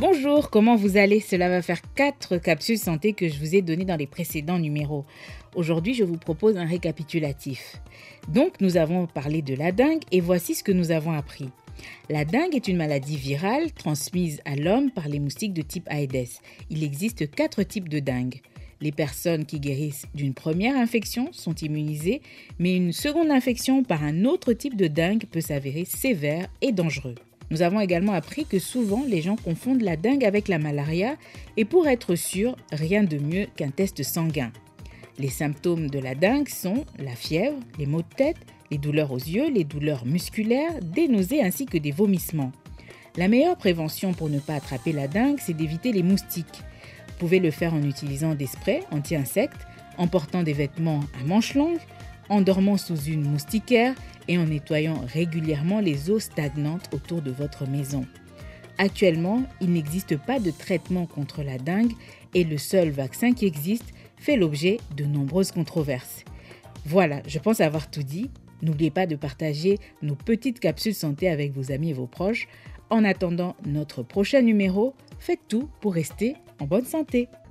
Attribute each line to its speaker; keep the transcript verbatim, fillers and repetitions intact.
Speaker 1: Bonjour, comment vous allez? Cela va faire quatre capsules santé que je vous ai données dans les précédents numéros. Aujourd'hui, je vous propose un récapitulatif. Donc, nous avons parlé de la dengue et voici ce que nous avons appris. La dengue est une maladie virale transmise à l'homme par les moustiques de type Aedes. Il existe quatre types de dengue. Les personnes qui guérissent d'une première infection sont immunisées, mais une seconde infection par un autre type de dengue peut s'avérer sévère et dangereux. Nous avons également appris que souvent les gens confondent la dengue avec la malaria et pour être sûr, rien de mieux qu'un test sanguin. Les symptômes de la dengue sont la fièvre, les maux de tête, les douleurs aux yeux, les douleurs musculaires, des nausées ainsi que des vomissements. La meilleure prévention pour ne pas attraper la dengue, c'est d'éviter les moustiques. Vous pouvez le faire en utilisant des sprays anti-insectes, en portant des vêtements à manches longues, en dormant sous une moustiquaire et en nettoyant régulièrement les eaux stagnantes autour de votre maison. Actuellement, il n'existe pas de traitement contre la dengue et le seul vaccin qui existe fait l'objet de nombreuses controverses. Voilà, je pense avoir tout dit. N'oubliez pas de partager nos petites capsules santé avec vos amis et vos proches. En attendant notre prochain numéro, faites tout pour rester en bonne santé.